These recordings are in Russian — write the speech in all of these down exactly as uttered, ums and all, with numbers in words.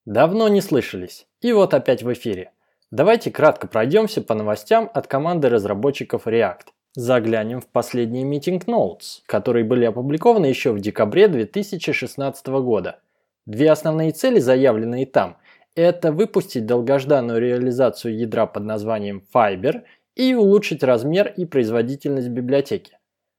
Давно не слышались. И вот опять в эфире. Давайте кратко пройдемся по новостям от команды разработчиков React. Заглянем в последние Meeting Notes, которые были опубликованы еще в декабре две тысячи шестнадцатого года. Две основные цели, заявленные там, это выпустить долгожданную реализацию ядра под названием Fiber и улучшить размер и производительность библиотеки.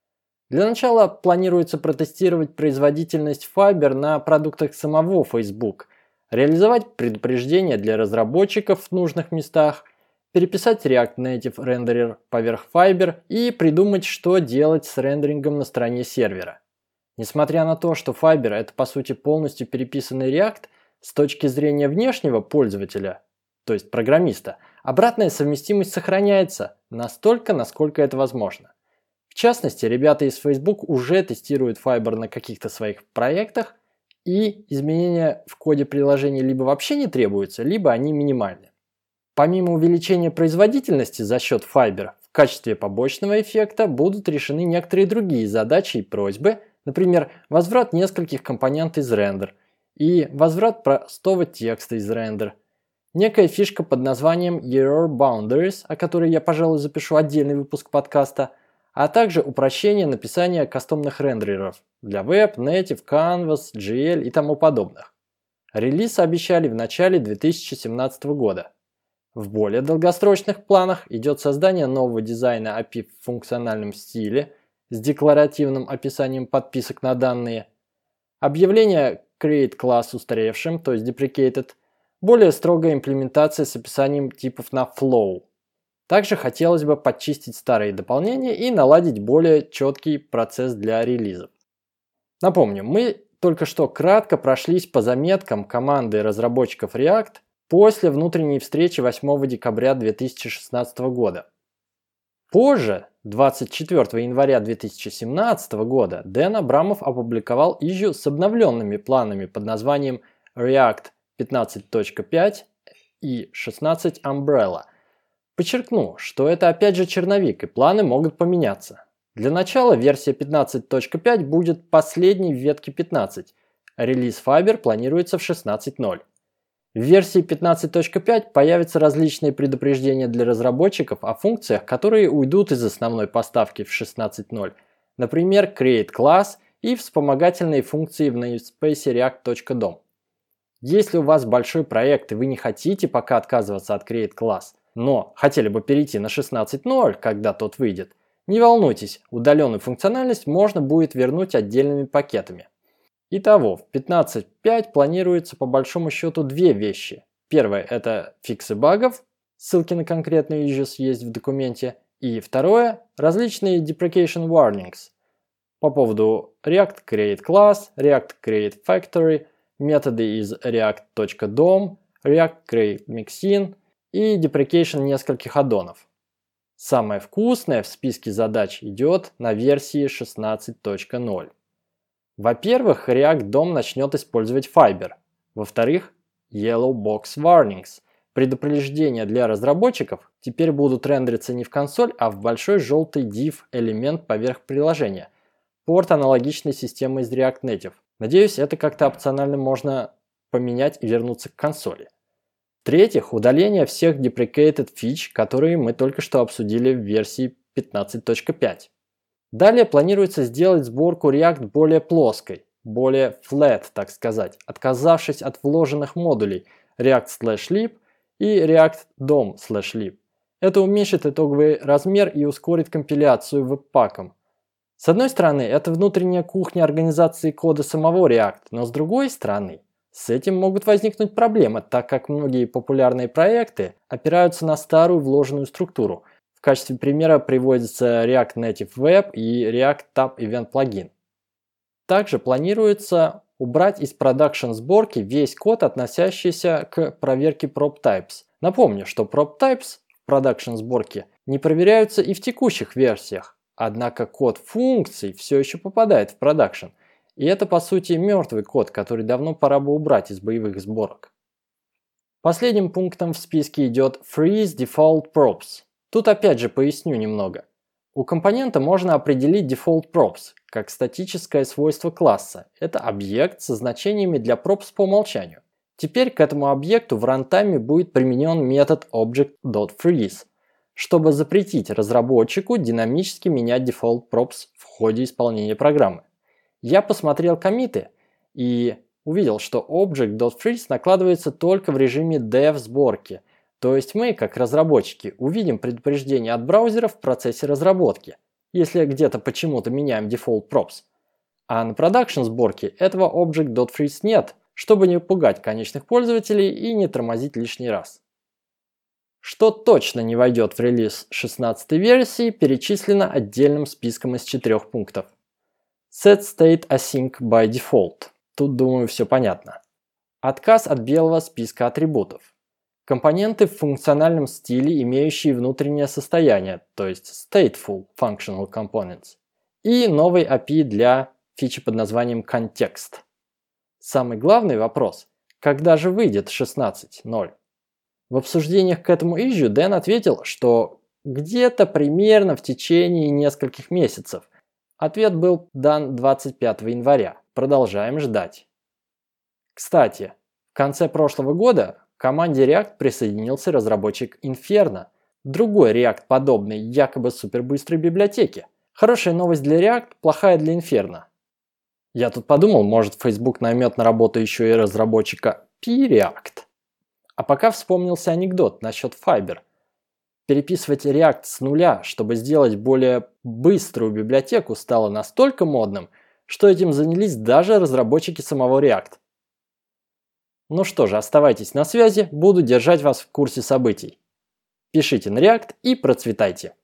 Для начала планируется протестировать производительность Fiber на продуктах самого Facebook, реализовать предупреждения для разработчиков в нужных местах, переписать React Native Renderer поверх Fiber и придумать, что делать с рендерингом на стороне сервера. Несмотря на то, что Fiber – это по сути полностью переписанный React, с точки зрения внешнего пользователя, то есть программиста, обратная совместимость сохраняется настолько, насколько это возможно. В частности, ребята из Facebook уже тестируют Fiber на каких-то своих проектах, и изменения в коде приложения либо вообще не требуются, либо они минимальны. Помимо увеличения производительности за счет Fiber, в качестве побочного эффекта будут решены некоторые другие задачи и просьбы, например, возврат нескольких компонентов из render и возврат простого текста из render. Некая фишка под названием Error Boundaries, о которой я, пожалуй, запишу отдельный выпуск подкаста, а также упрощение написания кастомных рендереров для Web, Native, Canvas, джи эл и тому подобных. Релиз обещали в начале две тысячи семнадцатого года. В более долгосрочных планах идет создание нового дизайна эй пи ай в функциональном стиле с декларативным описанием подписок на данные, объявление Create Class устаревшим, то есть deprecated, более строгая имплементация с описанием типов на Flow. Также хотелось бы подчистить старые дополнения и наладить более четкий процесс для релизов. Напомню, мы только что кратко прошлись по заметкам команды разработчиков React после внутренней встречи восьмого декабря две тысячи шестнадцатого года. Позже, двадцать четвёртого января две тысячи семнадцатого года, Дэн Абрамов опубликовал issue с обновленными планами под названием React пятнадцать точка пять и шестнадцать Umbrella. Подчеркну, что это опять же черновик, и планы могут поменяться. Для начала версия пятнадцать точка пять будет последней в ветке пятнадцать, а релиз Fiber планируется в шестнадцать точка ноль. В версии пятнадцать точка пять появятся различные предупреждения для разработчиков о функциях, которые уйдут из основной поставки в шестнадцать точка ноль, например, Create Class и вспомогательные функции в namespace react.dom. Если у вас большой проект и вы не хотите пока отказываться от Create Class, но хотели бы перейти на шестнадцать точка ноль, когда тот выйдет, не волнуйтесь, удаленную функциональность можно будет вернуть отдельными пакетами. Итого, в пятнадцать точка пять планируется по большому счету две вещи. Первое – это фиксы багов, ссылки на конкретные issues есть в документе. И второе – различные deprecation warnings по поводу React Create Class, React Create Factory, методы из react.dom, React Create Mixin и deprecation нескольких аддонов. Самое вкусное в списке задач идет на версии шестнадцать точка ноль. Во-первых, React.dom начнет использовать Fiber. Во-вторых, Yellow Box Warnings. Предупреждения для разработчиков теперь будут рендериться не в консоль, а в большой желтый div элемент поверх приложения. Порт аналогичной системы из React Native. Надеюсь, это как-то опционально можно поменять и вернуться к консоли. В-третьих, удаление всех deprecated фич, которые мы только что обсудили в версии пятнадцать точка пять. Далее планируется сделать сборку React более плоской, более flat, так сказать, отказавшись от вложенных модулей React/lib и React.dom/lib. Это уменьшит итоговый размер и ускорит компиляцию веб-паком. С одной стороны, это внутренняя кухня организации кода самого React, но с другой стороны, с этим могут возникнуть проблемы, так как многие популярные проекты опираются на старую вложенную структуру. В качестве примера приводится React Native Web и React Tab Event плагин. Также планируется убрать из продакшн сборки весь код, относящийся к проверке prop types. Напомню, что prop types в продакшн сборке не проверяются и в текущих версиях, однако код функций все еще попадает в продакшн. И это по сути мертвый код, который давно пора бы убрать из боевых сборок. Последним пунктом в списке идет Freeze Default Props. Тут опять же поясню немного. У компонента можно определить default props как статическое свойство класса. Это объект со значениями для props по умолчанию. Теперь к этому объекту в рантайме будет применен метод Object.freeze, чтобы запретить разработчику динамически менять default props в ходе исполнения программы. Я посмотрел коммиты и увидел, что Object.freeze накладывается только в режиме dev сборки, то есть мы, как разработчики, увидим предупреждение от браузера в процессе разработки, если где-то почему-то меняем default props. А на продакшн сборке этого Object.freeze нет, чтобы не пугать конечных пользователей и не тормозить лишний раз. Что точно не войдет в релиз шестнадцатой версии, перечислено отдельным списком из четырех пунктов. Set state async by default. Тут, думаю, все понятно. Отказ от белого списка атрибутов. Компоненты в функциональном стиле, имеющие внутреннее состояние, то есть stateful functional components. И новый эй пи ай для фичи под названием контекст. Самый главный вопрос – когда же выйдет шестнадцать ноль? В обсуждениях к этому issue Дэн ответил, что где-то примерно в течение нескольких месяцев. Ответ был дан двадцать пятого января. Продолжаем ждать. Кстати, в конце прошлого года к команде React присоединился разработчик Inferno, другой React подобной якобы супербыстрой библиотеки. Хорошая новость для React, плохая для Inferno. Я тут подумал, может Facebook наймет на работу еще и разработчика P-React. А пока вспомнился анекдот насчет Fiber. Переписывать React с нуля, чтобы сделать более быструю библиотеку, стало настолько модным, что этим занялись даже разработчики самого React. Ну что же, оставайтесь на связи, буду держать вас в курсе событий. Пишите на React и процветайте!